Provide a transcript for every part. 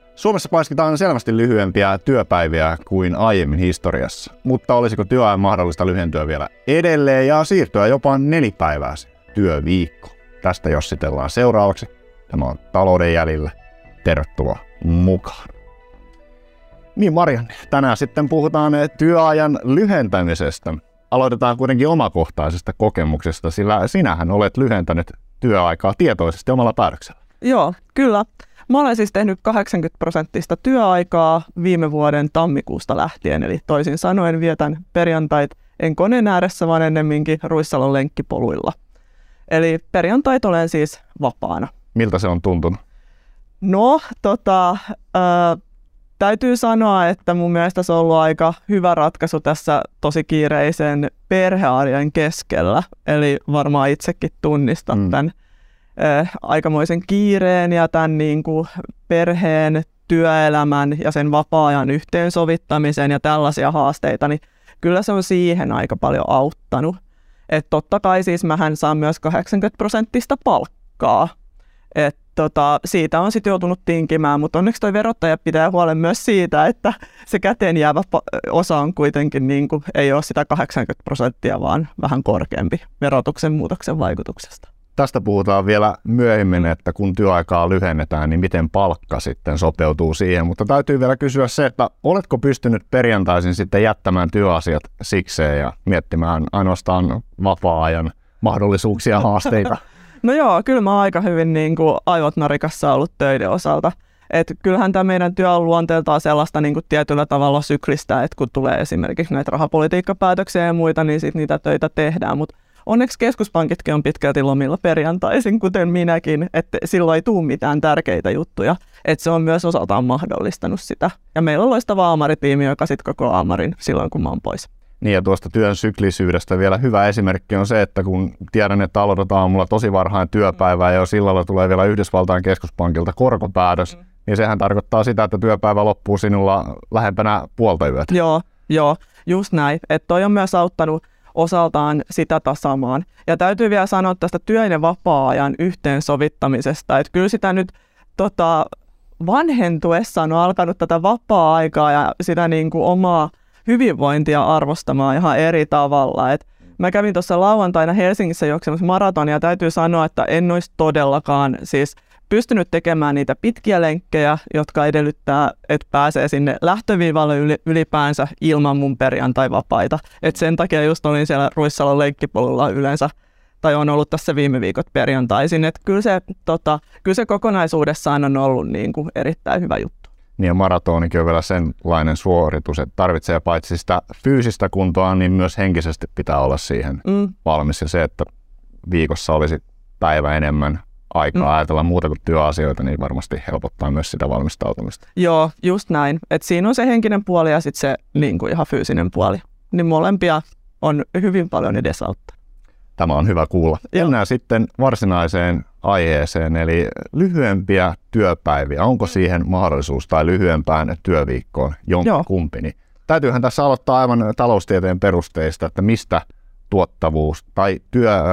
Suomessa paiskitaan selvästi lyhyempiä työpäiviä kuin aiemmin historiassa, mutta olisiko työajan mahdollista lyhentyä vielä edelleen ja siirtyä jopa 4-päiväiseen työviikkoon? Tästä jossitellaan seuraavaksi. Tämä on Talouden jäljillä. Tervetuloa mukaan. Niin Marianne, tänään sitten puhutaan työajan lyhentämisestä. Aloitetaan kuitenkin omakohtaisesta kokemuksesta, sillä sinähän olet lyhentänyt työaikaa tietoisesti omalla päätöksellä. Joo, kyllä. Mä olen siis tehnyt 80% työaikaa viime vuoden tammikuusta lähtien, eli toisin sanoen vietän perjantait en koneen ääressä, vaan ennemminkin Ruissalon lenkkipoluilla. Eli perjantait olen siis vapaana. Miltä se on tuntunut? No, täytyy sanoa, että mun mielestä se on ollut aika hyvä ratkaisu tässä tosi kiireisen perhearjen keskellä. Eli varmaan itsekin tunnistat tämän aikamoisen kiireen ja tämän niin kuin perheen, työelämän ja sen vapaa-ajan yhteensovittamisen ja tällaisia haasteita, niin kyllä se on siihen aika paljon auttanut. Että totta kai siis mähän saan myös 80% palkkaa. Siitä on sitten joutunut tinkimään, mutta onneksi toi verottaja pitää huolen myös siitä, että se käteen jäävä osa on kuitenkin niin kuin, ei ole sitä 80%, vaan vähän korkeampi verotuksen muutoksen vaikutuksesta. Tästä puhutaan vielä myöhemmin, että kun työaikaa lyhennetään, niin miten palkka sitten sopeutuu siihen. Mutta täytyy vielä kysyä se, että oletko pystynyt perjantaisin sitten jättämään työasiat sikseen ja miettimään ainoastaan vapaa-ajan mahdollisuuksia ja haasteita? No joo, kyllä mä oon aika hyvin niin kuin aivot narikassa ollut töiden osalta. Et kyllähän tämä meidän työ on luonteeltaan sellaista niin kuin tietyllä tavalla syklistä, että kun tulee esimerkiksi näitä rahapolitiikkapäätöksiä ja muita, niin sitten niitä töitä tehdään. Mutta onneksi keskuspankitkin on pitkälti lomilla perjantaisin, kuten minäkin, että silloin ei tule mitään tärkeitä juttuja. Että se on myös osaltaan mahdollistanut sitä. Ja meillä on loistava aamaritiimi, joka sitten koko aamarin silloin, kun mä oon pois. Niin ja tuosta työn syklisyydestä vielä hyvä esimerkki on se, että kun tiedän, että aloitetaan aamulla tosi varhain työpäivää ja jo sillalla tulee vielä Yhdysvaltain keskuspankilta korkopäätös, niin sehän tarkoittaa sitä, että työpäivä loppuu sinulla lähempänä puolta yötä. Joo, just näin. Että toi on myös auttanut osaltaan sitä tasaamaan. Ja täytyy vielä sanoa tästä työn ja vapaa-ajan yhteensovittamisesta, että kyllä sitä nyt vanhentuessaan on alkanut tätä vapaa-aikaa ja sitä niin kuin omaa hyvinvointia arvostamaan ihan eri tavalla. Et mä kävin tuossa lauantaina Helsingissä juoksemassa maratonia ja täytyy sanoa, että en olisi todellakaan siis pystynyt tekemään niitä pitkiä lenkkejä, jotka edellyttää, että pääsee sinne lähtöviivalle ylipäänsä ilman mun perjantai-vapaita. Et sen takia just olin siellä Ruissalon lenkkipolulla yleensä, tai on ollut tässä viime viikot perjantaisin. Et kyllä se kokonaisuudessaan on ollut niin kuin erittäin hyvä juttu. Niin ja maratonikin on vielä senlainen suoritus, että tarvitsee paitsi sitä fyysistä kuntoa, niin myös henkisesti pitää olla siihen valmis. Ja se, että viikossa olisi päivä enemmän aikaa ajatella muuta kuin työasioita, niin varmasti helpottaa myös sitä valmistautumista. Joo, just näin. Et siinä on se henkinen puoli ja sitten se niin kuin ihan fyysinen puoli. Niin molempia on hyvin paljon edesauttaa. Tämä on hyvä kuulla. Mennään sitten varsinaiseen aiheeseen, eli lyhyempiä työpäiviä. Onko siihen mahdollisuus tai lyhyempään työviikkoon jompikumpi? Niin täytyyhän tässä aloittaa aivan taloustieteen perusteista, että mistä tuottavuus tai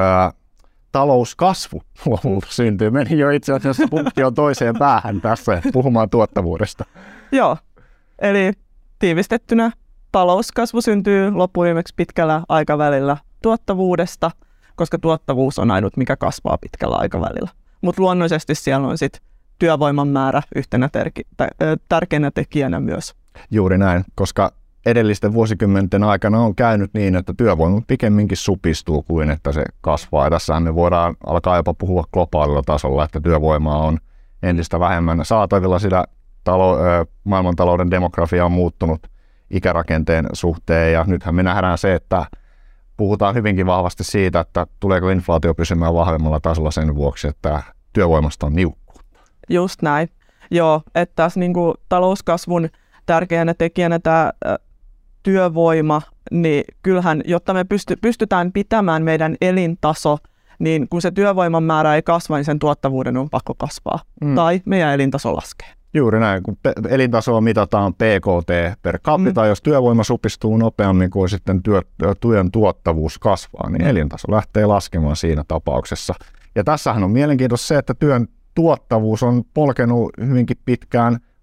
talouskasvu lopulta syntyy. Meni jo itse asiassa punkti on toiseen päähän tässä puhumaan tuottavuudesta. Joo, eli tiivistettynä talouskasvu syntyy loppuviimeksi pitkällä aikavälillä tuottavuudesta, koska tuottavuus on ainut, mikä kasvaa pitkällä aikavälillä. Mutta luonnollisesti siellä on sitten työvoiman määrä yhtenä tärkeänä tekijänä myös. Juuri näin, koska edellisten vuosikymmenten aikana on käynyt niin, että työvoima pikemminkin supistuu kuin että se kasvaa. Ja tässähän me voidaan alkaa jopa puhua globaalilla tasolla, että työvoimaa on entistä vähemmän saatavilla, sillä maailmantalouden demografia on muuttunut ikärakenteen suhteen. Ja nythän me nähdään se, että puhutaan hyvinkin vahvasti siitä, että tuleeko inflaatio pysymään vahvemmalla tasolla sen vuoksi, että työvoimasta on niukkuutta. Just näin. Joo, että tässä niinku talouskasvun tärkeänä tekijänä tämä työvoima, niin kyllähän, jotta me pystytään pitämään meidän elintaso, niin kun se työvoiman määrä ei kasva, niin sen tuottavuuden on pakko kasvaa. Tai meidän elintaso laskee. Juuri näin, kun elintasoa mitataan PKT per capita, jos työvoima supistuu nopeammin kuin sitten työn tuottavuus kasvaa, niin elintaso lähtee laskemaan siinä tapauksessa. Ja tässähän on mielenkiintoista se, että työn tuottavuus on polkenut hyvinkin pitkään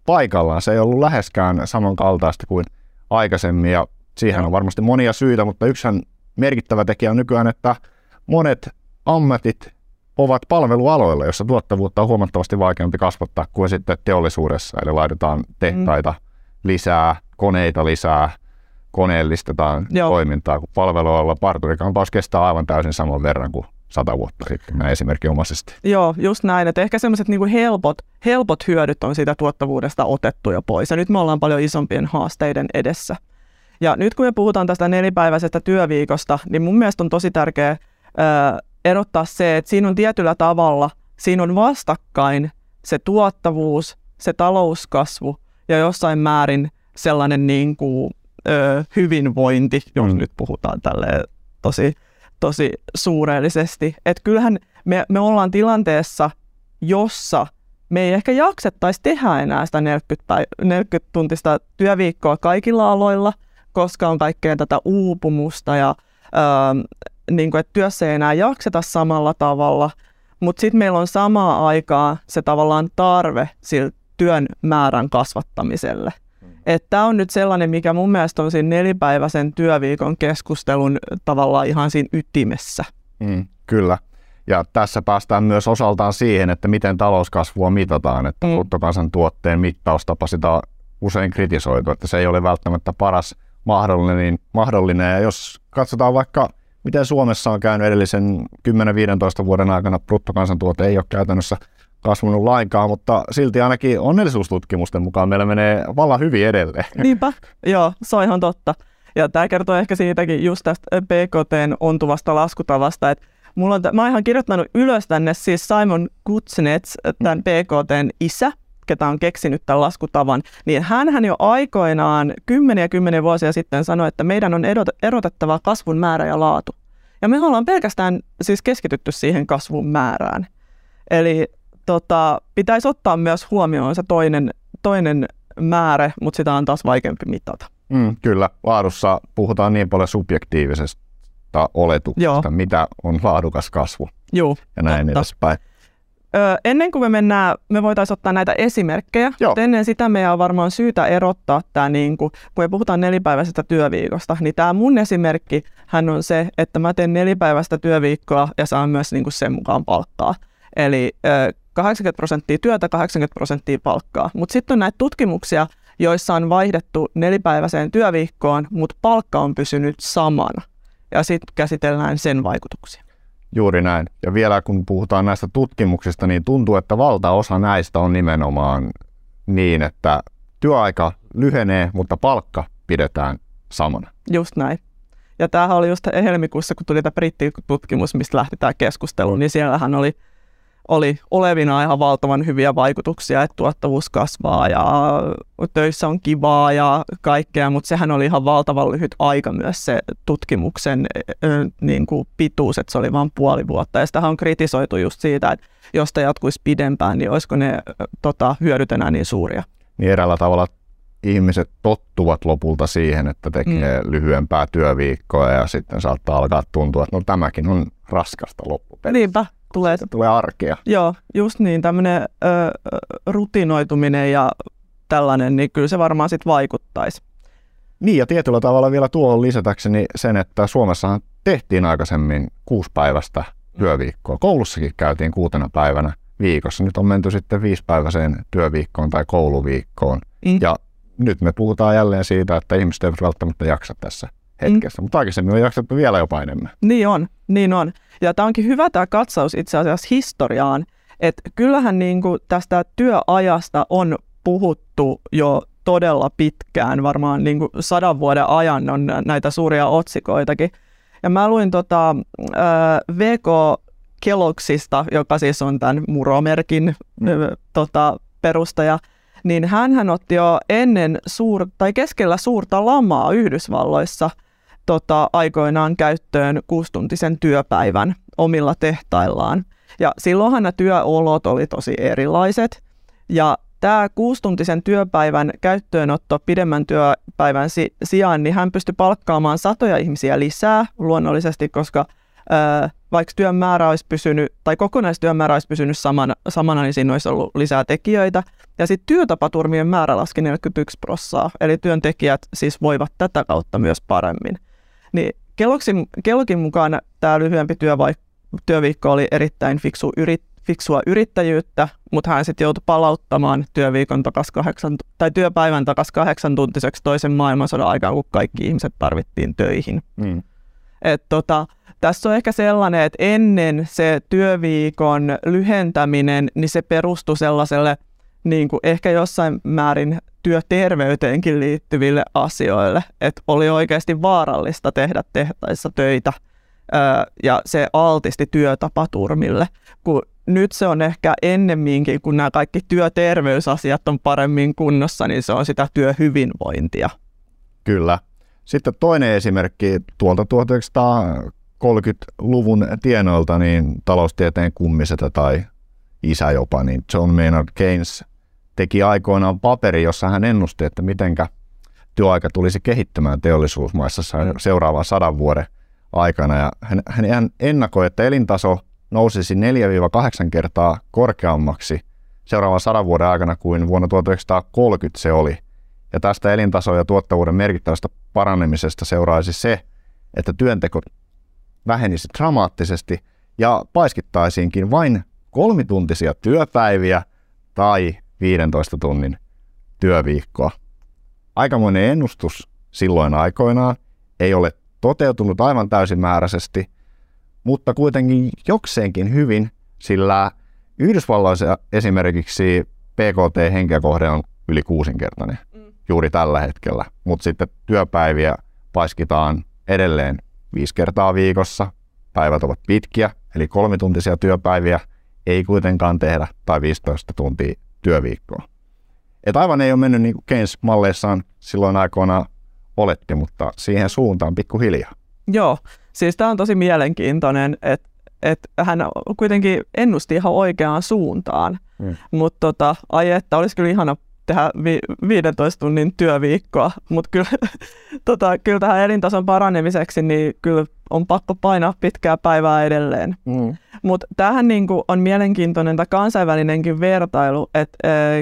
paikallaan. Se ei ollut läheskään samankaltaista kuin aikaisemmin ja siihen on varmasti monia syitä, mutta yksihän merkittävä tekijä on nykyään, että monet ammatit ovat palvelualoilla, jossa tuottavuutta on huomattavasti vaikeampi kasvattaa kuin sitten teollisuudessa. Eli laitetaan tehtaita lisää, koneita lisää, koneellistetaan toimintaa, kun palvelualoilla parturikampaus kestää aivan täysin saman verran kuin 100 vuotta sitten, näin esimerkinomaisesti. Joo, just näin. Että ehkä sellaiset niin kuin helpot hyödyt on siitä tuottavuudesta otettu jo pois. Ja nyt me ollaan paljon isompien haasteiden edessä. Ja nyt kun me puhutaan tästä 4-päiväisestä työviikosta, niin mun mielestä on tosi tärkeää erottaa se, että siinä on tietyllä tavalla, siinä on vastakkain se tuottavuus, se talouskasvu ja jossain määrin sellainen niin kuin, hyvinvointi, jos nyt puhutaan tälleen tosi suureellisesti. Että kyllähän me ollaan tilanteessa, jossa me ei ehkä jaksettaisi tehdä enää sitä 40-tuntista työviikkoa kaikilla aloilla, koska on kaikkea tätä uupumusta ja niin kuin, että työssä ei enää jakseta samalla tavalla, mutta sitten meillä on samaan aikaan se tavallaan tarve sillä työn määrän kasvattamiselle. Tämä on nyt sellainen, mikä mun mielestä on siinä 4-päiväisen työviikon keskustelun tavallaan ihan siinä ytimessä. Kyllä. Ja tässä päästään myös osaltaan siihen, että miten talouskasvua mitataan, että bruttokansantuotteen mittaustapa sitä on usein kritisoitu, että se ei ole välttämättä paras mahdollinen. Ja jos katsotaan vaikka, miten Suomessa on käynyt edellisen 10-15 vuoden aikana, bruttokansantuote ei ole käytännössä kasvanut lainkaan, mutta silti ainakin onnellisuustutkimusten mukaan meillä menee vallan hyvin edelleen. Niinpä, joo, se on ihan totta. Ja tämä kertoo ehkä siitäkin just tästä BKT:n ontuvasta laskutavasta, että mä oon ihan kirjoittanut ylös tänne siis Simon Kuznets, tämän BKT:n isä, ketä on keksinyt tämän laskutavan, niin hänhän jo aikoinaan kymmeniä vuosia sitten sanoi, että meidän on erotettava kasvun määrä ja laatu. Ja me ollaan pelkästään siis keskitytty siihen kasvun määrään. Eli pitäisi ottaa myös huomioon se toinen määrä, mutta sitä on taas vaikeampi mitata. Kyllä, laadussa puhutaan niin paljon subjektiivisesta oletuksesta, mitä on laadukas kasvu ja näin edespäin. Ennen kuin me mennään, me voitaisiin ottaa näitä esimerkkejä, mutta ennen sitä meidän on varmaan syytä erottaa tämä, niin kun me puhutaan 4-päiväisestä työviikosta, niin tämä mun esimerkki hän on se, että mä teen 4-päiväistä työviikkoa ja saan myös niin kuin sen mukaan palkkaa. Eli 80% työtä, 80% palkkaa. Mutta sitten on näitä tutkimuksia, joissa on vaihdettu 4-päiväiseen työviikkoon, mutta palkka on pysynyt samana. Ja sitten käsitellään sen vaikutuksia. Juuri näin. Ja vielä kun puhutaan näistä tutkimuksista, niin tuntuu, että valtaosa näistä on nimenomaan niin, että työaika lyhenee, mutta palkka pidetään samana. Just näin. Ja tämähän oli just helmikuussa, kun tuli tämä brittitutkimus, mistä lähti tämä keskustelu, niin siellähän oli olevina ihan valtavan hyviä vaikutuksia, että tuottavuus kasvaa ja töissä on kivaa ja kaikkea, mutta sehän oli ihan valtavan lyhyt aika myös se tutkimuksen niin kuin pituus, että se oli vain puoli vuotta. Ja sitähän on kritisoitu just siitä, että jos sitä jatkuisi pidempään, niin olisiko ne hyödyt enää niin suuria. Niin eräällä tavalla ihmiset tottuvat lopulta siihen, että tekee lyhyempää työviikkoa ja sitten saattaa alkaa tuntua, että no tämäkin on raskasta loppupeleissä. Niinpä. Tulee arkea. Joo, just niin. Tämmöinen rutinoituminen ja tällainen, niin kyllä se varmaan sitten vaikuttaisi. Niin, ja tietyllä tavalla vielä tuohon lisätäkseni sen, että Suomessahan tehtiin aikaisemmin 6-päiväistä työviikkoa. Koulussakin käytiin 6 päivänä viikossa. Nyt on menty sitten 5-päiväiseen työviikkoon tai kouluviikkoon. Ja nyt me puhutaan jälleen siitä, että ihmiset eivät välttämättä jaksa tässä hetkessä, mutta aikaisemmin on jaksettu vielä jopa enemmän. Niin on. Ja tämä onkin hyvä tämä katsaus itse asiassa historiaan, että kyllähän niin kuin tästä työajasta on puhuttu jo todella pitkään, varmaan niin kuin 100 vuoden ajan on näitä suuria otsikoitakin. Ja mä luin V.K. Kellogsista, joka siis on tämän Muromerkin perustaja, niin hän otti jo ennen keskellä suurta lamaa Yhdysvalloissa aikoinaan käyttöön 6-tuntisen työpäivän omilla tehtaillaan. Ja silloinhan nämä työolot oli tosi erilaiset. Ja tämä 6-tuntisen työpäivän käyttöönotto pidemmän työpäivän sijaan, niin hän pystyi palkkaamaan satoja ihmisiä lisää luonnollisesti, koska vaikka työn määrä olisi pysynyt, tai kokonaistyön määrä olisi pysynyt samana, niin siinä olisi ollut lisää tekijöitä. Ja sitten työtapaturmien määrä laski 41%, eli työntekijät siis voivat tätä kautta myös paremmin. Niin Kellokin mukaan tämä lyhyempi työviikko oli erittäin fiksua yrittäjyyttä, mutta hän sitten joutui palauttamaan työpäivän takaisin 8-tuntiseksi toisen maailmansodan aikaan, kun kaikki ihmiset tarvittiin töihin. Tässä on ehkä sellainen, että ennen se työviikon lyhentäminen, niin se perustui sellaiselle niin kuin ehkä jossain määrin työterveyteenkin liittyville asioille, että oli oikeasti vaarallista tehdä tehtaissa töitä ja se altisti työtapaturmille, kun nyt se on ehkä ennemminkin, kun nämä kaikki työterveysasiat on paremmin kunnossa, niin se on sitä työhyvinvointia. Kyllä. Sitten toinen esimerkki tuolta 1930-luvun tienoilta, niin taloustieteen kummisetä tai isä jopa, niin John Maynard Keynes teki aikoinaan paperi, jossa hän ennusti, että mitenkä työaika tulisi kehittymään teollisuusmaissa seuraavan 100 vuoden aikana. Ja hän ennakoi, että elintaso nousisi 4-8 kertaa korkeammaksi seuraavan 100 vuoden aikana kuin vuonna 1930 se oli. Ja tästä elintaso- ja tuottavuuden merkittävästä paranemisesta seuraisi se, että työnteko vähenisi dramaattisesti ja paiskittaisiinkin vain 3-tuntisia työpäiviä tai 15 tunnin työviikkoa. Aikamoinen ennustus silloin aikoinaan ei ole toteutunut aivan täysimääräisesti, mutta kuitenkin jokseenkin hyvin, sillä Yhdysvalloissa esimerkiksi PKT henkeä kohde on yli 6-kertainen juuri tällä hetkellä, mutta sitten työpäiviä paiskitaan edelleen 5 kertaa viikossa, päivät ovat pitkiä, eli 3-tuntisia työpäiviä ei kuitenkaan tehdä tai 15 tuntia työviikkoa. Et aivan ei ole mennyt niin kuin Keynes malleissaan silloin aikoinaan oletti, mutta siihen suuntaan pikkuhiljaa. Joo, siis tämä on tosi mielenkiintoinen, että hän kuitenkin ennusti ihan oikeaan suuntaan, mutta että olisi kyllä ihana tehdä 15 tunnin työviikkoa, mutta kyllä tähän elintason paranemiseksi niin kyllä on pakko painaa pitkää päivää edelleen. Mutta tämähän niinku on mielenkiintoinen tämä kansainvälinenkin vertailu, että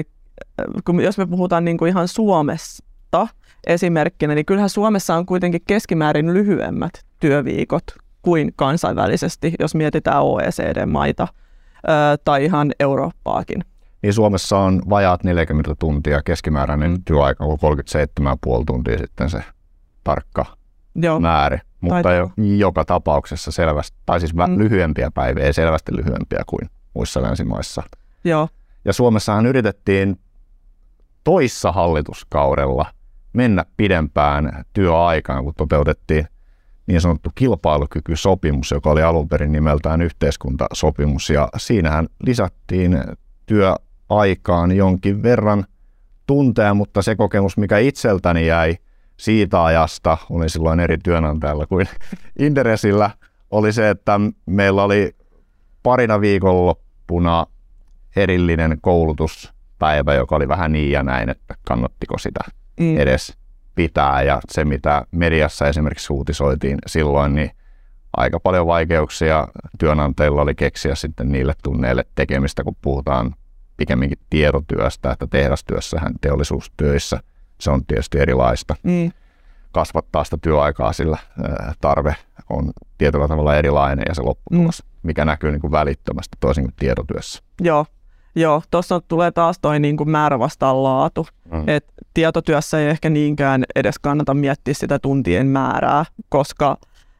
jos me puhutaan niinku ihan Suomesta esimerkkinä, niin kyllähän Suomessa on kuitenkin keskimäärin lyhyemmät työviikot kuin kansainvälisesti, jos mietitään OECD-maita tai ihan Eurooppaakin. Niin Suomessa on vajaat 40 tuntia keskimääräinen työaika, kun 37,5 tuntia sitten se tarkka määrä. Mutta joka tapauksessa selvästi, tai siis lyhyempiä päiviä, ei selvästi lyhyempiä kuin muissa länsimaissa. Joo. Ja Suomessahan yritettiin toissa hallituskaudella mennä pidempään työaikaan, kun toteutettiin niin sanottu kilpailukykysopimus, joka oli alun perin nimeltään yhteiskuntasopimus. Ja siinähän lisättiin työaikaan jonkin verran tunteja, mutta se kokemus, mikä itseltäni jäi siitä ajasta, oli silloin eri työnantajalla kuin Inderesillä, oli se, että meillä oli parina viikonloppuna erillinen koulutuspäivä, joka oli vähän niin ja näin, että kannattiko sitä edes pitää. Ja se, mitä mediassa esimerkiksi uutisoitiin silloin, niin aika paljon vaikeuksia työnantajilla oli keksiä sitten niille tunneille tekemistä, kun puhutaan pikemminkin tietotyöstä, että tehdastyössähän teollisuustyöissä se on tietysti erilaista. Kasvattaa sitä työaikaa, sillä tarve on tietyllä tavalla erilainen ja se lopputulos, mikä näkyy niin kuin välittömästi toisin kuin tietotyössä. Joo, tuossa tulee taas toi niin kuin määrä vastaan laatu. Et tietotyössä ei ehkä niinkään edes kannata miettiä sitä tuntien määrää, koska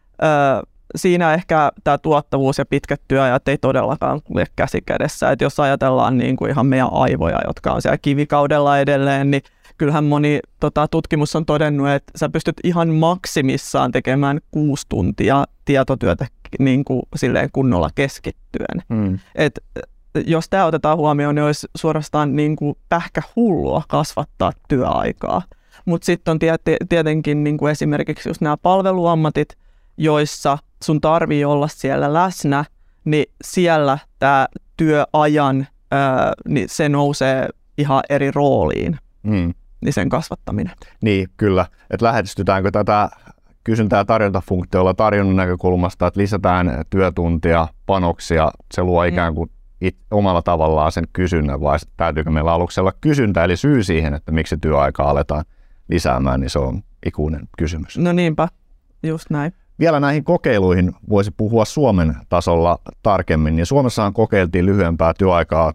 siinä ehkä tämä tuottavuus ja pitkät työajat ei todellakaan kulje käsi kädessä. Et jos ajatellaan niin kuin ihan meidän aivoja, jotka on siellä kivikaudella edelleen, niin kyllähän moni tutkimus on todennut, että sä pystyt ihan maksimissaan tekemään 6 tuntia tietotyötä niin kuin silleen kunnolla keskittyen. Et jos tämä otetaan huomioon, niin olisi suorastaan niin kuin pähkähullua kasvattaa työaikaa. Mutta sitten on tietenkin niin kuin esimerkiksi just nämä palveluammatit, joissa sun tarvii olla siellä läsnä, niin siellä tämä työajan, niin se nousee ihan eri rooliin, niin sen kasvattaminen. Niin, kyllä. Että lähestytäänkö tätä kysyntä- ja tarjontafunktioilla tarjonnan näkökulmasta, että lisätään työtuntia, panoksia, se luo ikään kuin omalla tavallaan sen kysynnän, vai täytyykö meillä aluksi olla kysyntä, eli syy siihen, että miksi työaikaa aletaan lisäämään, niin se on ikuinen kysymys. No niinpä, just näin. Vielä näihin kokeiluihin voisi puhua Suomen tasolla tarkemmin, niin Suomessahan kokeiltiin lyhyempää työaikaa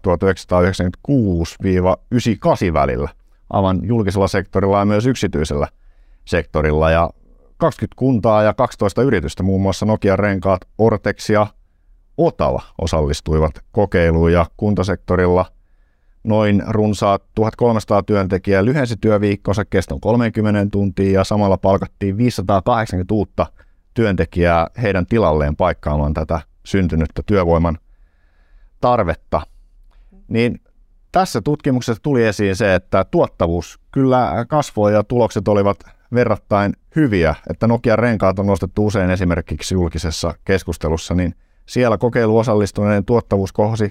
1996-98 välillä, aivan julkisella sektorilla ja myös yksityisellä sektorilla, ja 20 kuntaa ja 12 yritystä, muun muassa Nokian Renkaat, Ortex ja Otava osallistuivat kokeiluun, ja kuntasektorilla noin runsaat 1300 työntekijää lyhensi työviikkonsa keston 30 tuntia ja samalla palkattiin 580 uutta työntekijää heidän tilalleen paikkaamaan tätä syntynyttä työvoiman tarvetta. Niin tässä tutkimuksessa tuli esiin se, että tuottavuus kyllä kasvoi ja tulokset olivat verrattain hyviä, että Nokian Renkaat on nostettu usein esimerkiksi julkisessa keskustelussa, niin siellä kokeiluun osallistuneiden tuottavuus kohosi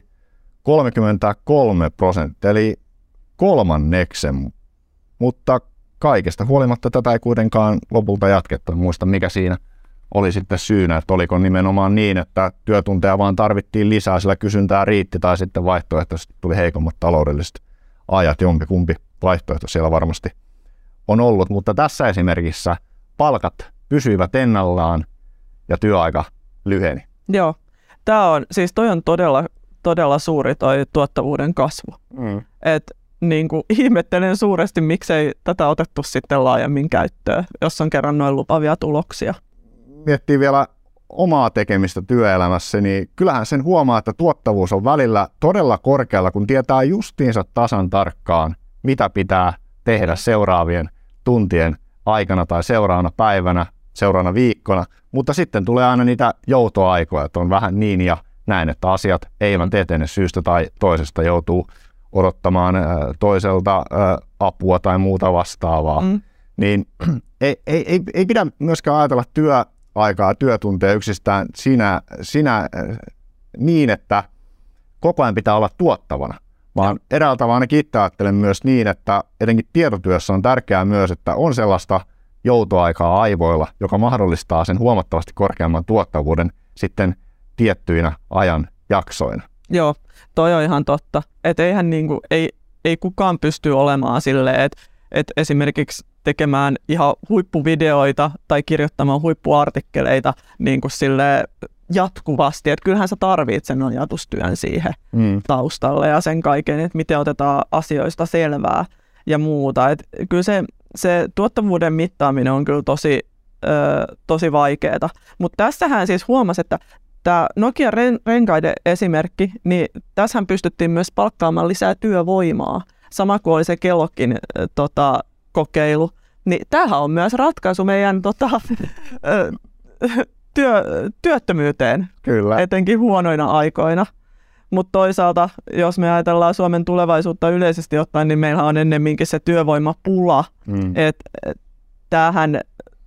33%, eli kolmanneksen, mutta kaikesta huolimatta tätä ei kuitenkaan lopulta jatkettu. Muista mikä siinä oli sitten syynä, että oliko nimenomaan niin, että työtunteja vaan tarvittiin lisää, sillä kysyntää riitti, tai sitten vaihtoehtoisesti tuli heikommat taloudelliset ajat, jompikumpi vaihtoehto siellä varmasti on ollut, mutta tässä esimerkissä palkat pysyivät ennallaan ja työaika lyheni. Joo, toi on todella suuri toi tuottavuuden kasvu. Et niinku ihmettelen suuresti, miksei tätä otettu sitten laajemmin käyttöön, jos on kerran noin lupaavia tuloksia. Miettii vielä omaa tekemistä työelämässä, niin kyllähän sen huomaa, että tuottavuus on välillä todella korkealla, kun tietää justiinsa tasan tarkkaan, mitä pitää tehdä seuraavien tuntien aikana tai seuraavana päivänä, seuraavana viikkona, mutta sitten tulee aina niitä joutoaikoja, että on vähän niin ja näin, että asiat eivät etene syystä tai toisesta, joutuu odottamaan toiselta apua tai muuta vastaavaa. Niin ei pidä myöskään ajatella työaikaa, työtunteja yksistään sinä niin, että koko ajan pitää olla tuottavana, vaan eräällä tavalla ainakin itse ajattelen myös niin, että etenkin tietotyössä on tärkeää myös, että on sellaista joutoaikaa aivoilla, joka mahdollistaa sen huomattavasti korkeamman tuottavuuden sitten tiettyinä ajan jaksoina. Joo, toi on ihan totta. Että eihän ei kukaan pysty olemaan silleen, että esimerkiksi tekemään ihan huippuvideoita tai kirjoittamaan huippuartikkeleita niin kuin silleen jatkuvasti. Että kyllähän sä tarvitset sen ajatustyön siihen taustalle ja sen kaiken, että miten otetaan asioista selvää ja muuta. Et kyllä se tuottavuuden mittaaminen on kyllä tosi vaikeaa. Mutta tässähän siis huomasi, että tämä Nokian Renkaiden esimerkki, niin tässähän pystyttiin myös palkkaamaan lisää työvoimaa. Sama kuin oli se Kellokin kokeilu. Niin tämähän on myös ratkaisu meidän työttömyyteen, Kyllä. Etenkin huonoina aikoina. Mutta toisaalta, jos me ajatellaan Suomen tulevaisuutta yleisesti ottaen, niin meillä on ennemminkin se työvoimapula. Tämä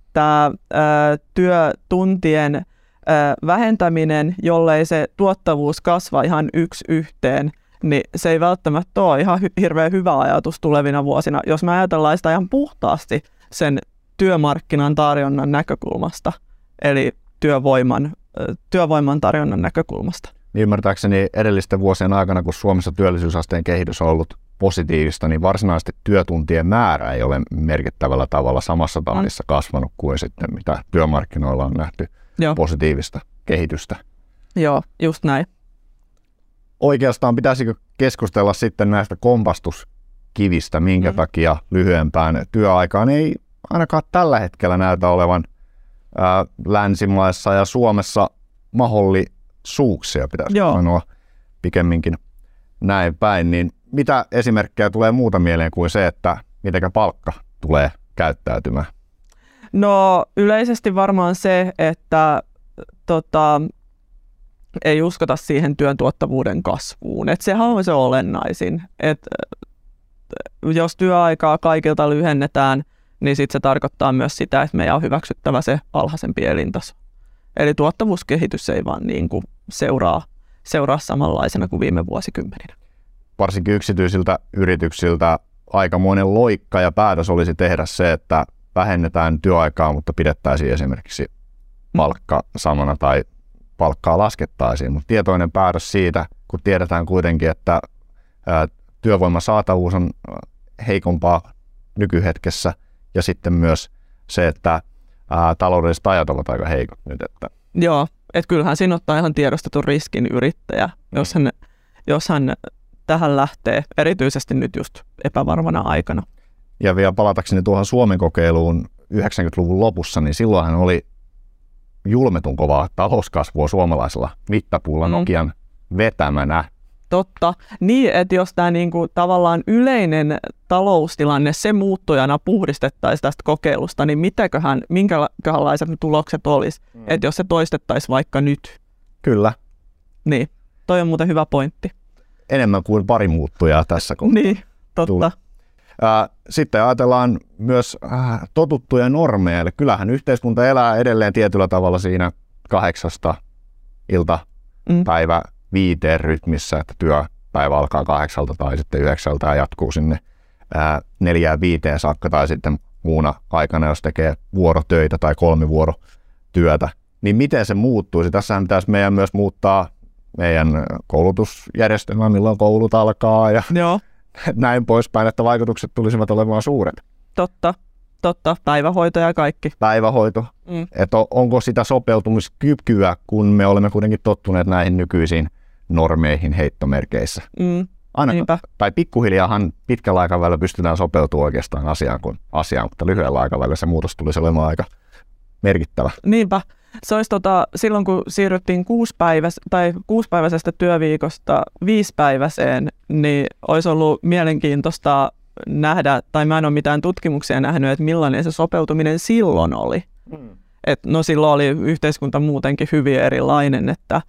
työtuntien vähentäminen, jollei se tuottavuus kasva ihan yksi yhteen, niin se ei välttämättä ole ihan hirveän hyvä ajatus tulevina vuosina, jos me ajatellaan sitä ihan puhtaasti sen työmarkkinan tarjonnan näkökulmasta, eli työvoiman tarjonnan näkökulmasta. Ymmärtääkseni edellisten vuosien aikana, kun Suomessa työllisyysasteen kehitys on ollut positiivista, niin varsinaisesti työtuntien määrä ei ole merkittävällä tavalla samassa tahdissa kasvanut kuin sitten mitä työmarkkinoilla on nähty positiivista kehitystä. Joo, just näin. Oikeastaan pitäisikö keskustella sitten näistä kompastuskivistä, minkä takia lyhyempään työaikaan ei ainakaan tällä hetkellä näytä olevan länsimaissa ja Suomessa mahdollisuuksia, pitäisi sanoa pikemminkin näin päin. Niin mitä esimerkkejä tulee muuta mieleen kuin se, että mitenkä palkka tulee käyttäytymään? No yleisesti varmaan se, että ei uskota siihen työn tuottavuuden kasvuun. Et sehän on se olennaisin. Et jos työaikaa kaikilta lyhennetään, niin sit se tarkoittaa myös sitä, että meidän on hyväksyttävä se alhaisempi elintaso. Eli tuottavuuskehitys ei vaan niin kuin seuraa samanlaisena kuin viime vuosikymmeninä. Varsinkin yksityisiltä yrityksiltä aikamoinen loikka ja päätös olisi tehdä se, että vähennetään työaikaa, mutta pidettäisiin esimerkiksi palkka samana tai palkkaa laskettaisiin. Mutta tietoinen päätös siitä, kun tiedetään kuitenkin, että työvoiman saatavuus on heikompaa nykyhetkessä ja sitten myös se, että taloudelliset ajat ovat aika heikot nyt. Että. Joo, että kyllähän siinä ottaa ihan tiedostetun riskin yrittäjä, jos hän tähän lähtee, erityisesti nyt just epävarmana aikana. Ja vielä palatakseni tuohon Suomen kokeiluun 90-luvun lopussa, niin silloinhan oli julmetun kovaa talouskasvua suomalaisella mittapuulla Nokian vetämänä. Totta. Niin, että jos tämä niinku tavallaan yleinen taloustilanne, se muuttujana puhdistettaisiin tästä kokeilusta, niin minkälaiset ne tulokset olisi, että jos se toistettaisiin vaikka nyt? Kyllä. Niin, toi on muuten hyvä pointti. Enemmän kuin pari muuttujaa tässä kohtaa. Niin, totta. Sitten ajatellaan myös totuttuja normeja, eli kyllähän yhteiskunta elää edelleen tietyllä tavalla siinä 8 iltapäivä 5 rytmissä, että työpäivä alkaa 8 tai sitten 9 ja jatkuu sinne 4-5 saakka tai sitten muuna aikana, jos tekee vuorotöitä tai 3 vuorotyötä. Niin miten se muuttuisi? Tässähän pitäisi meidän myös muuttaa meidän koulutusjärjestelmää, milloin koulut alkaa ja Joo. näin poispäin, että vaikutukset tulisivat olemaan suuret. Totta. Päivähoito ja kaikki. Päivähoito. Että onko sitä sopeutumiskykyä, kun me olemme kuitenkin tottuneet näihin nykyisiin normeihin heittomerkeissä. Tai pikkuhiljaahan pitkällä aikavälillä pystytään sopeutumaan oikeastaan asiaan, mutta lyhyellä aikavälillä se muutos tulisi olemaan aika merkittävä. Niinpä. Se olisi silloin, kun siirryttiin 6-päiväisestä työviikosta 5-päiväiseen, niin olisi ollut mielenkiintoista nähdä, tai mä en ole mitään tutkimuksia nähnyt, että millainen se sopeutuminen silloin oli. Silloin oli yhteiskunta muutenkin hyvin erilainen, että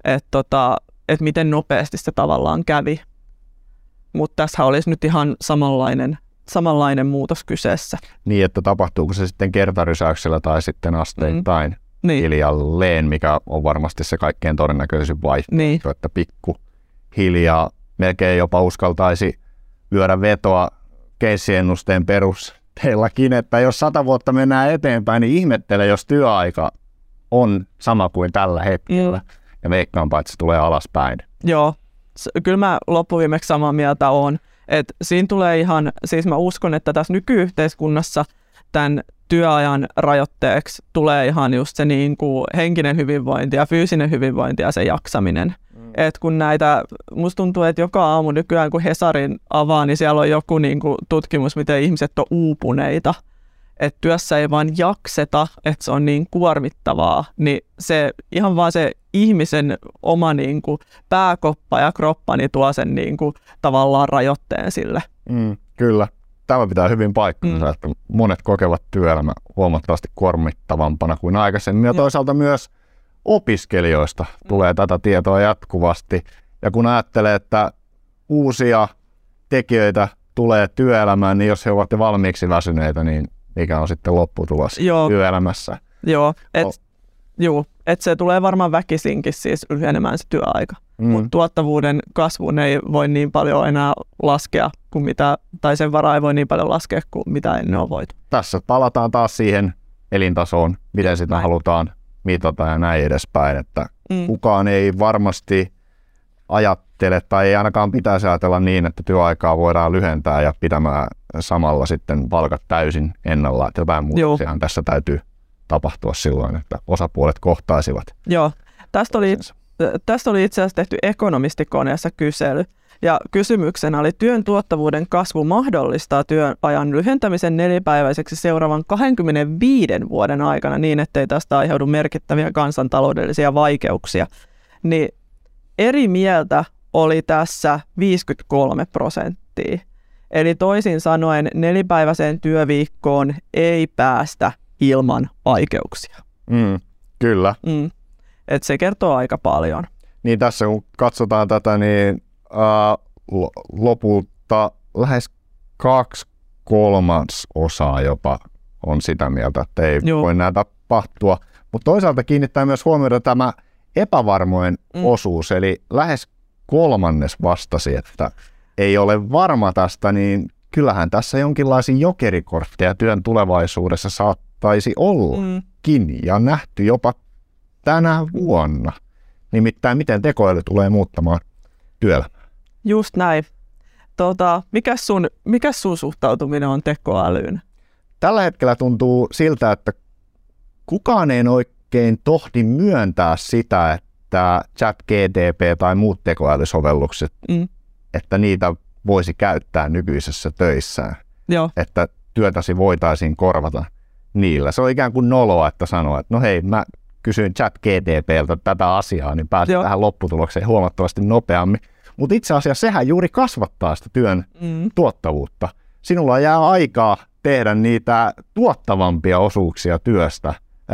miten nopeasti se tavallaan kävi. Mutta tässä olisi nyt ihan samanlainen muutos kyseessä. Niin, että tapahtuuko se sitten kertarysäyksellä tai sitten asteittain hiljalleen, mikä on varmasti se kaikkein todennäköisin vaihtoehto, että pikkuhiljaa melkein jopa uskaltaisi lyödä vetoa keissiennusteen perusteellakin, että jos 100 vuotta mennään eteenpäin, niin ihmettele, jos työaika on sama kuin tällä hetkellä. Ja veikkaanpa, että se tulee alaspäin. Joo, kyllä mä loppuviimeksi samaa mieltä oon. Että siinä tulee siis mä uskon, että tässä nykyyhteiskunnassa tämän työajan rajoitteeksi tulee ihan just se niin kuin henkinen hyvinvointi ja fyysinen hyvinvointi ja se jaksaminen. Et kun musta tuntuu, että joka aamu nykyään kun Hesarin avaa, niin siellä on joku niin kuin tutkimus, miten ihmiset on uupuneita. Että työssä ei vaan jakseta, että se on niin kuormittavaa, niin se ihan vaan se ihmisen oma niin kuin pääkoppa ja kroppa niin tuo sen niin kuin tavallaan rajoitteen sille. Kyllä. Tämä pitää hyvin paikkansa, että monet kokevat työelämä huomattavasti kuormittavampana kuin aikaisemmin. Ja toisaalta myös opiskelijoista tulee tätä tietoa jatkuvasti. Ja kun ajattelee, että uusia tekijöitä tulee työelämään, niin jos he ovat valmiiksi väsyneitä, niin mikä on sitten lopputulos työelämässä? Että se tulee varmaan väkisinkin siis lyhenemään se työaika. Mutta tuottavuuden kasvuun ei voi niin paljon enää laskea kuin tai sen varaa ei voi niin paljon laskea kuin mitä ennen on voitu. Tässä palataan taas siihen elintasoon, miten sitä halutaan mitata ja näin edespäin, että kukaan ei varmasti ajattele tai ei ainakaan pitäisi ajatella niin, että työaikaa voidaan lyhentää ja pitämään samalla sitten palkat täysin ennallaan. Että jotain muutoksiahan tässä täytyy tapahtua silloin, että osapuolet kohtaisivat. Joo, tästä oli itse asiassa tehty ekonomistikoneessa kysely. Ja kysymyksenä oli työn tuottavuuden kasvu mahdollistaa työajan lyhentämisen 4-päiväiseksi seuraavan 25 vuoden aikana niin, ettei tästä aiheudu merkittäviä kansantaloudellisia vaikeuksia. Niin eri mieltä oli tässä 53%. Eli toisin sanoen 4-päiväiseen työviikkoon ei päästä ilman vaikeuksia. Kyllä. Et se kertoo aika paljon. Niin tässä kun katsotaan tätä, niin lopulta lähes 2/3 jopa on sitä mieltä, että ei voi näin tapahtua. Mutta toisaalta kiinnittää myös huomioida tämä epävarmojen osuus, eli lähes 1/3 vastasi, että ei ole varma tästä, niin kyllähän tässä jonkinlaisia jokerikortteja työn tulevaisuudessa saattaisi ollakin ja nähty jopa tänä vuonna. Nimittäin miten tekoäly tulee muuttamaan työelämää. Just näin. Mikäs sun suhtautuminen on tekoälyyn? Tällä hetkellä tuntuu siltä, että kukaan ei oikein tohdi myöntää sitä, että ChatGPT tai muut tekoälysovellukset, että niitä voisi käyttää nykyisessä töissään. Joo. Että työtäsi voitaisiin korvata niillä. Se on ikään kuin noloa, että sanoo, että no hei, mä kysyin ChatGPTltä tätä asiaa, niin pääsin tähän lopputulokseen huomattavasti nopeammin. Mutta itse asiassa sehän juuri kasvattaa sitä työn tuottavuutta. Sinulla jää aikaa tehdä niitä tuottavampia osuuksia työstä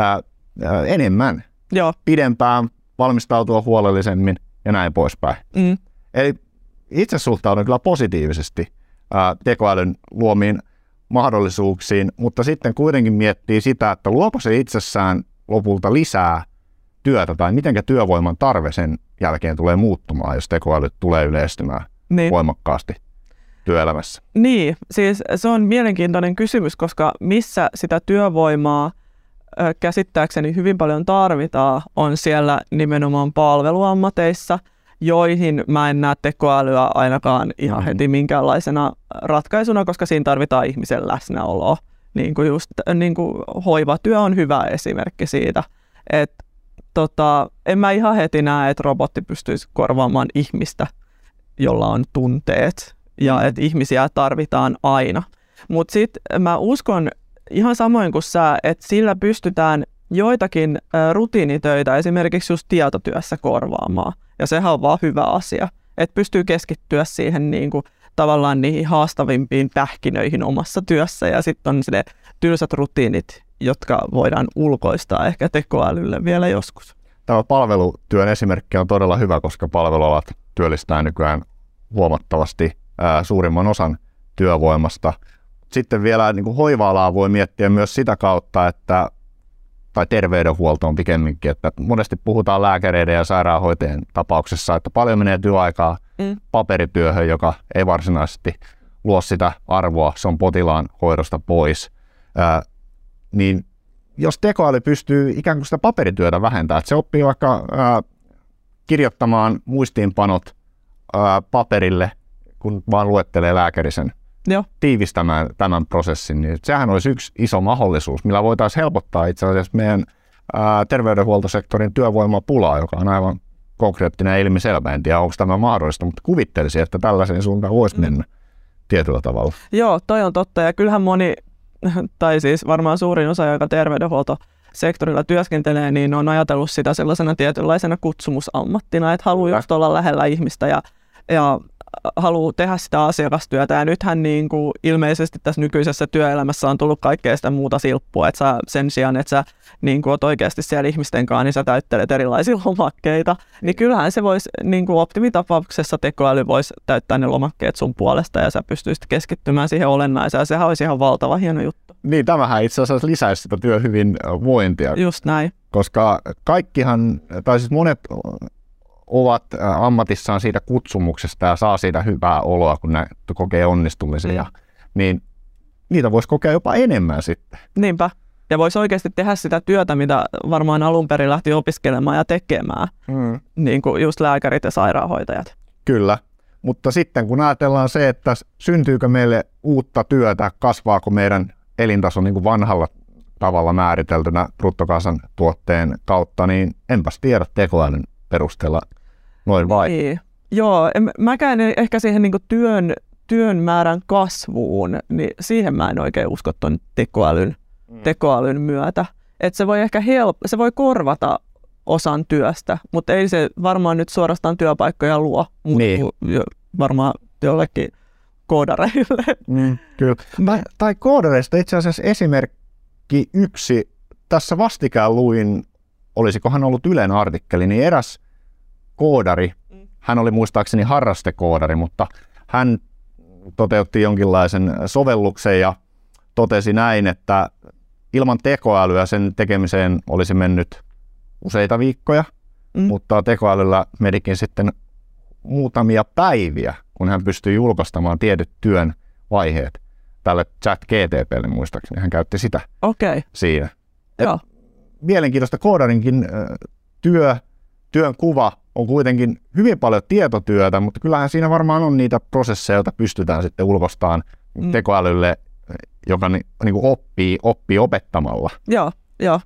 enemmän, pidempään, valmistautua huolellisemmin ja näin poispäin. Eli itse suhtaudun kyllä positiivisesti tekoälyn luomiin mahdollisuuksiin, mutta sitten kuitenkin miettii sitä, että luoko se itsessään lopulta lisää työtä tai mitenkä työvoiman tarve sen jälkeen tulee muuttumaan, jos tekoäly tulee yleistymään voimakkaasti työelämässä. Niin, siis se on mielenkiintoinen kysymys, koska missä sitä työvoimaa käsittääkseni hyvin paljon tarvitaan, on siellä nimenomaan palveluammateissa, joihin mä en näe tekoälyä ainakaan ihan heti minkäänlaisena ratkaisuna, koska siinä tarvitaan ihmisen läsnäoloa. Niin kuin hoivatyö on hyvä esimerkki siitä, että en mä ihan heti näe, että robotti pystyisi korvaamaan ihmistä, jolla on tunteet, ja että ihmisiä tarvitaan aina. Mutta sitten mä uskon ihan samoin kuin sä, että sillä pystytään joitakin rutiinitöitä esimerkiksi just tietotyössä korvaamaan. Ja sehän on vaan hyvä asia, että pystyy keskittyä siihen niin kuin, tavallaan niihin haastavimpiin pähkinöihin omassa työssä. Ja sitten on ne tylsät rutiinit, jotka voidaan ulkoistaa ehkä tekoälylle vielä joskus. Tämä palvelutyön esimerkki on todella hyvä, koska palvelualat työllistää nykyään huomattavasti suurimman osan työvoimasta. Sitten vielä niin kuin hoiva-alaa voi miettiä myös sitä kautta, että tai terveydenhuoltoon pikemminkin, että monesti puhutaan lääkäreiden ja sairaanhoitajien tapauksessa, että paljon menee työaikaa paperityöhön, joka ei varsinaisesti luo sitä arvoa, se on potilaan hoidosta pois. Niin jos tekoäly pystyy ikään kuin sitä paperityötä vähentämään, että se oppii vaikka kirjoittamaan muistiinpanot paperille, kun vaan luettelee lääkärisen, tiivistämään tämän prosessin, niin sehän olisi yksi iso mahdollisuus, millä voitaisiin helpottaa itse asiassa meidän terveydenhuoltosektorin työvoimapulaa, joka on aivan konkreettinen ja ilmiselvä. En tiedä, onko tämä mahdollista, mutta kuvittelisin, että tällaisen suuntaan voisi mennä tietyllä tavalla. Joo, toi on totta, ja kyllähän moni, tai siis varmaan suurin osa, joka terveydenhuoltosektorilla työskentelee, niin on ajatellut sitä sellaisena tietynlaisena kutsumusammattina, että haluaa just olla lähellä ihmistä ja haluaa tehdä sitä asiakastyötä. Ja nythän niin kuin ilmeisesti tässä nykyisessä työelämässä on tullut kaikkea sitä muuta silppua, että sä sen sijaan, että sä niin kuin oot oikeasti siellä ihmisten kanssa, niin sä täyttelet erilaisia lomakkeita. Niin kyllähän se voisi, niin kuin optimitapauksessa tekoäly voisi täyttää ne lomakkeet sun puolesta ja sä pystyisit keskittymään siihen olennaiseen. Ja sehän olisi ihan valtava hieno juttu. Niin, tämähän itse asiassa lisäisi sitä työhyvinvointia. Just näin. Koska kaikkihan, tai siis monet ovat ammatissaan siitä kutsumuksesta ja saa siitä hyvää oloa, kun ne kokee onnistumisia, niin niitä voisi kokea jopa enemmän sitten. Niinpä. Ja voisi oikeasti tehdä sitä työtä, mitä varmaan alun perin lähti opiskelemaan ja tekemään, niin kuin just lääkärit ja sairaanhoitajat. Kyllä, mutta sitten kun ajatellaan se, että syntyykö meille uutta työtä, kasvaako meidän elintaso niin kuin vanhalla tavalla määriteltynä bruttokansantuotteen kautta, niin enpäs tiedä tekoälyn perusteella noin vai? Niin. Joo, mäkään ehkä siihen niin kuin työn määrän kasvuun, niin siihen mä en oikein usko tuon tekoälyn myötä. Että se voi ehkä se voi korvata osan työstä, mutta ei se varmaan nyt suorastaan työpaikkoja luo, niin. Varmaan jollekin koodareille. Kyllä. Tai koodareista itse asiassa esimerkki yksi. Tässä vastikään luin, olisikohan ollut Ylen artikkeli, niin eräs koodari, hän oli muistaakseni harrastekoodari, mutta hän toteutti jonkinlaisen sovelluksen ja totesi näin, että ilman tekoälyä sen tekemiseen olisi mennyt useita viikkoja, mutta tekoälyllä menikin sitten muutamia päiviä, kun hän pystyi julkaistamaan tietyt työn vaiheet tälle ChatGPT:lle muistaakseni. Hän käytti sitä siinä. Joo. Mielenkiintoista koodarinkin työn kuva on kuitenkin hyvin paljon tietotyötä, mutta kyllähän siinä varmaan on niitä prosesseja, joita pystytään sitten ulkostamaan tekoälylle, joka niinku oppii opettamalla. Joo.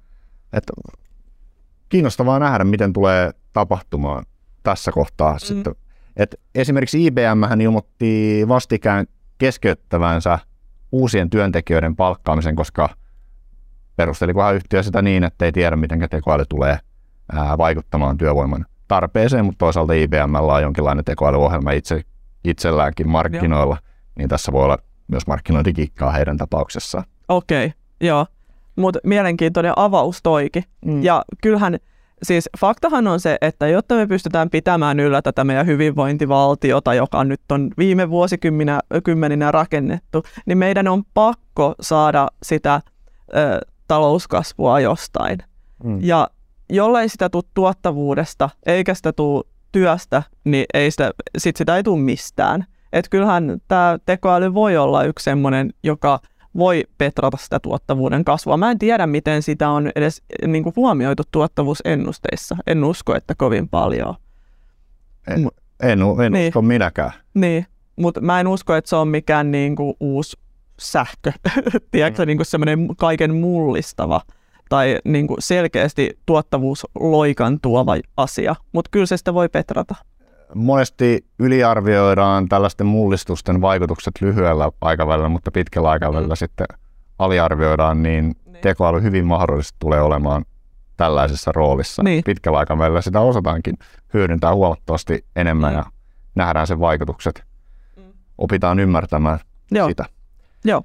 Kiinnostavaa nähdä, miten tulee tapahtumaan tässä kohtaa. Sitten. Esimerkiksi IBM ilmoitti vastikään keskeyttävänsä uusien työntekijöiden palkkaamisen, koska perustelikohan yhtiö sitä niin, että ei tiedä, miten tekoäly tulee vaikuttamaan työvoiman tarpeeseen, mutta toisaalta IBM:llä on jonkinlainen tekoälyohjelma itselläänkin markkinoilla, niin tässä voi olla myös markkinointikikkaa heidän tapauksessaan. Joo. Mutta mielenkiintoinen avaus toikin. Ja kyllähän, siis faktahan on se, että jotta me pystytään pitämään yllä tätä meidän hyvinvointivaltiota, joka nyt on viime vuosikymmeninä rakennettu, niin meidän on pakko saada sitä talouskasvua jostain. Ja jollei sitä tule tuottavuudesta eikä sitä tule työstä, niin sitä ei tule mistään. Et kyllähän tämä tekoäly voi olla yksi semmoinen, joka voi petrata sitä tuottavuuden kasvua. Mä en tiedä, miten sitä on edes niinku huomioitu tuottavuusennusteissa. En usko, että kovin paljon. En usko minäkään. Niin, mutta mä en usko, että se on mikään niinku uusi sähkö. Tiedätkö, niinku semmoinen kaiken mullistava tai niinku selkeästi tuottavuusloikan tuova asia. Mutta kyllä se sitä voi petrata. Monesti yliarvioidaan tällaisten mullistusten vaikutukset lyhyellä aikavälillä, mutta pitkällä aikavälillä sitten aliarvioidaan, niin tekoäly hyvin mahdollisesti tulee olemaan tällaisessa roolissa. Pitkällä aikavälillä sitä osataankin hyödyntää huomattavasti enemmän ja nähdään sen vaikutukset. Opitaan ymmärtämään sitä. Joo.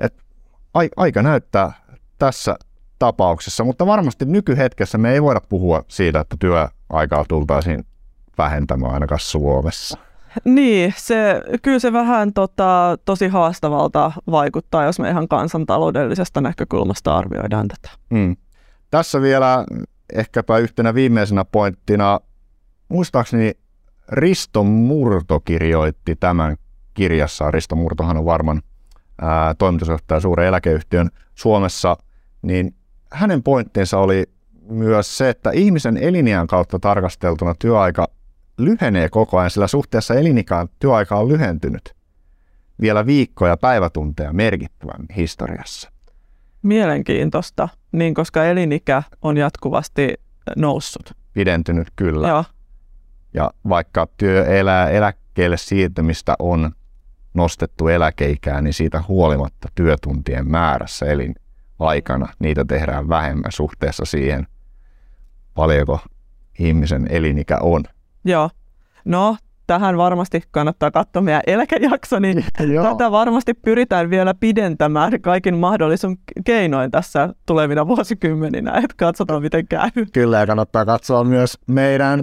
Aika näyttää tässä tapauksessa, mutta varmasti nykyhetkessä me ei voida puhua siitä, että työaikaa tultaisiin vähentämään ainakaan Suomessa. Niin, kyllä se vähän tosi haastavalta vaikuttaa, jos me ihan kansantaloudellisesta näkökulmasta arvioidaan tätä. Tässä vielä ehkäpä yhtenä viimeisenä pointtina, muistaakseni Risto Murto kirjoitti tämän kirjassaan. Risto Murtohan on Varman toimitusjohtaja suuren eläkeyhtiön Suomessa, niin hänen pointtinsa oli myös se, että ihmisen eliniän kautta tarkasteltuna työaika lyhenee koko ajan, sillä suhteessa elinikään työaika on lyhentynyt vielä viikkoja ja päivätunteja merkittävämmin historiassa. Mielenkiintoista, niin koska elinikä on jatkuvasti noussut. Pidentynyt, kyllä. Joo. Ja vaikka eläkkeelle siirtymistä on nostettu eläkeikään, niin siitä huolimatta työtuntien määrässä elinaikana niitä tehdään vähemmän suhteessa siihen, paljonko ihmisen elinikä on. Joo. No, tähän varmasti kannattaa katsoa meidän eläkejakso, niin tätä varmasti pyritään vielä pidentämään kaikin mahdollisin keinoin tässä tulevina vuosikymmeninä, että katsotaan miten käy. Kyllä, ja kannattaa katsoa myös meidän,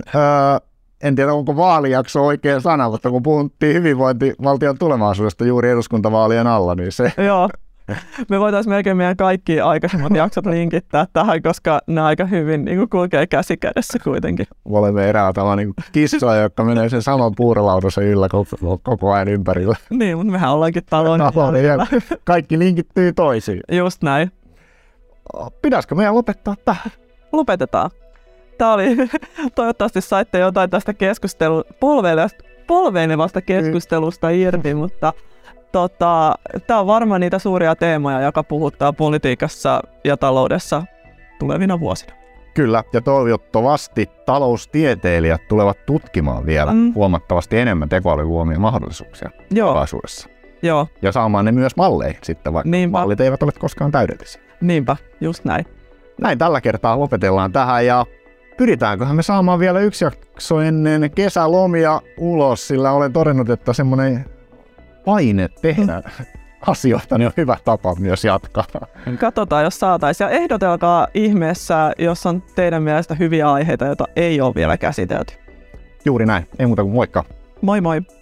en tiedä onko vaalijakso oikea sana, mutta kun puhuttiin hyvinvointivaltion tulevaisuudesta juuri eduskuntavaalien alla, niin se... Joo. Me voitaisiin melkein meidän kaikki aikaisemmat jaksot linkittää tähän, koska nämä aika hyvin niin kulkee käsi kädessä kuitenkin. Olemme erää tällainen kissoja, jotka menee sen saman puurolautasen yllä koko ajan ympärillä. Niin, mutta mehän ollaankin talon kaikki linkittyy toisiin. Just näin. Pitäisikö meidän lopettaa tähän? Lopetetaan. Tämä oli, toivottavasti saitte jotain tästä polveilevasta keskustelusta irti, mutta... Tämä on varmaan niitä suuria teemoja, joka puhuttaa politiikassa ja taloudessa tulevina vuosina. Kyllä, ja toivottavasti taloustieteilijät tulevat tutkimaan vielä huomattavasti enemmän tekoälyn luomia mahdollisuuksia tulevaisuudessa. Joo. Ja saamaan ne myös malleihin sitten, vaikka mallit eivät ole koskaan täydellisiä. Niinpä, just näin. Näin tällä kertaa lopetellaan tähän ja pyritäänköhän me saamaan vielä yksi jakso ennen kesälomia ulos, sillä olen todennut, että semmoinen paine tehdä asioita, niin on hyvä tapa myös jatkaa. Katsotaan, jos saataisiin. Ja ehdotelkaa ihmeessä, jos on teidän mielestä hyviä aiheita, joita ei ole vielä käsitelty. Juuri näin. Ei muuta kuin moikka. Moi moi.